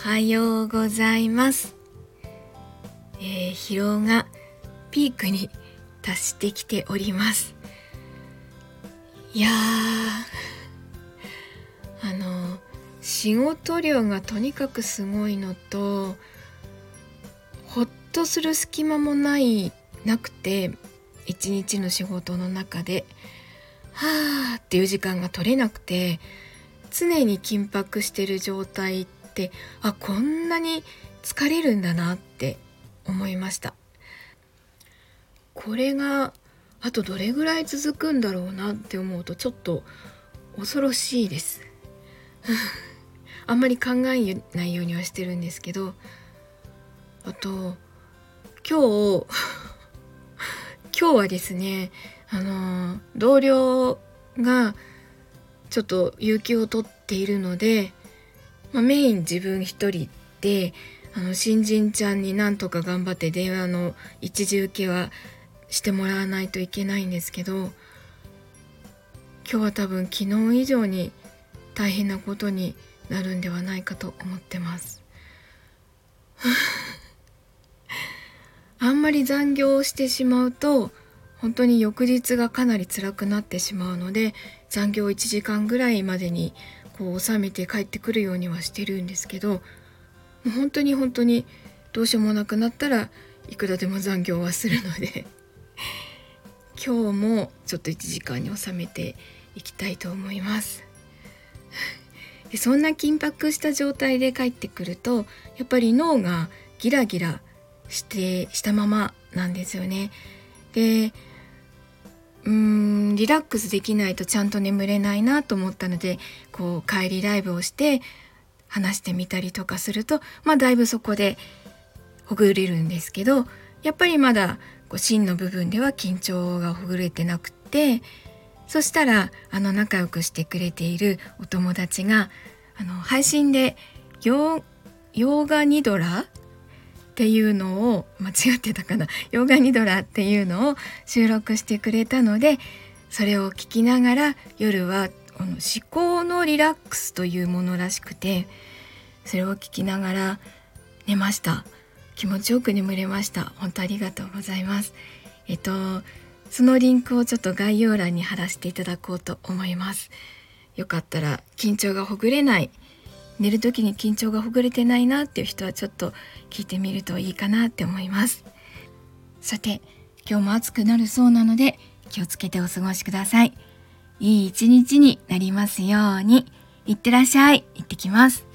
はようございます。疲労がピークに達してきております。いや仕事量がとにかくすごいのと、ほっとする隙間もなくて、一日の仕事の中ではーっていう時間が取れなくて、常に緊迫してる状態って、こんなに疲れるんだなって思いました。これがあとどれぐらい続くんだろうなって思うと、ちょっと恐ろしいですあんまり考えないようにはしてるんですけど、あと今日はですね、同僚がちょっと有給を取っているので、メイン自分一人で新人ちゃんになんとか頑張って電話の一時受けはしてもらわないといけないんですけど、今日は多分昨日以上に大変なことになるんではないかと思ってますあんまり残業をしてしまうと本当に翌日がかなり辛くなってしまうので、残業1時間ぐらいまでに収めて帰ってくるようにはしてるんですけど、もう本当にどうしようもなくなったらいくらでも残業はするので今日もちょっと1時間に収めていきたいと思いますで、そんな緊迫した状態で帰ってくると、やっぱり脳がギラギラしたままなんですよね。で、リラックスできないとちゃんと眠れないなと思ったので、帰りライブをして話してみたりとかすると、だいぶそこでほぐれるんですけど、やっぱりまだ芯の部分では緊張がほぐれてなくて、そしたら仲良くしてくれているお友達が配信でヨーガニドラっていうのをヨーガニドラっていうのを収録してくれたので、それを聞きながら夜は思考のリラックスというものらしくて、それを聞きながら寝ました。気持ちよく眠れました。本当ありがとうございます。そのリンクをちょっと概要欄に貼らせていただこうと思います。よかったら緊張がほぐれない、寝る時に緊張がほぐれてないなっていう人はちょっと聞いてみるといいかなって思います。さて、今日も暑くなるそうなので気をつけてお過ごしください。いい一日になりますように。いってらっしゃい。行ってきます。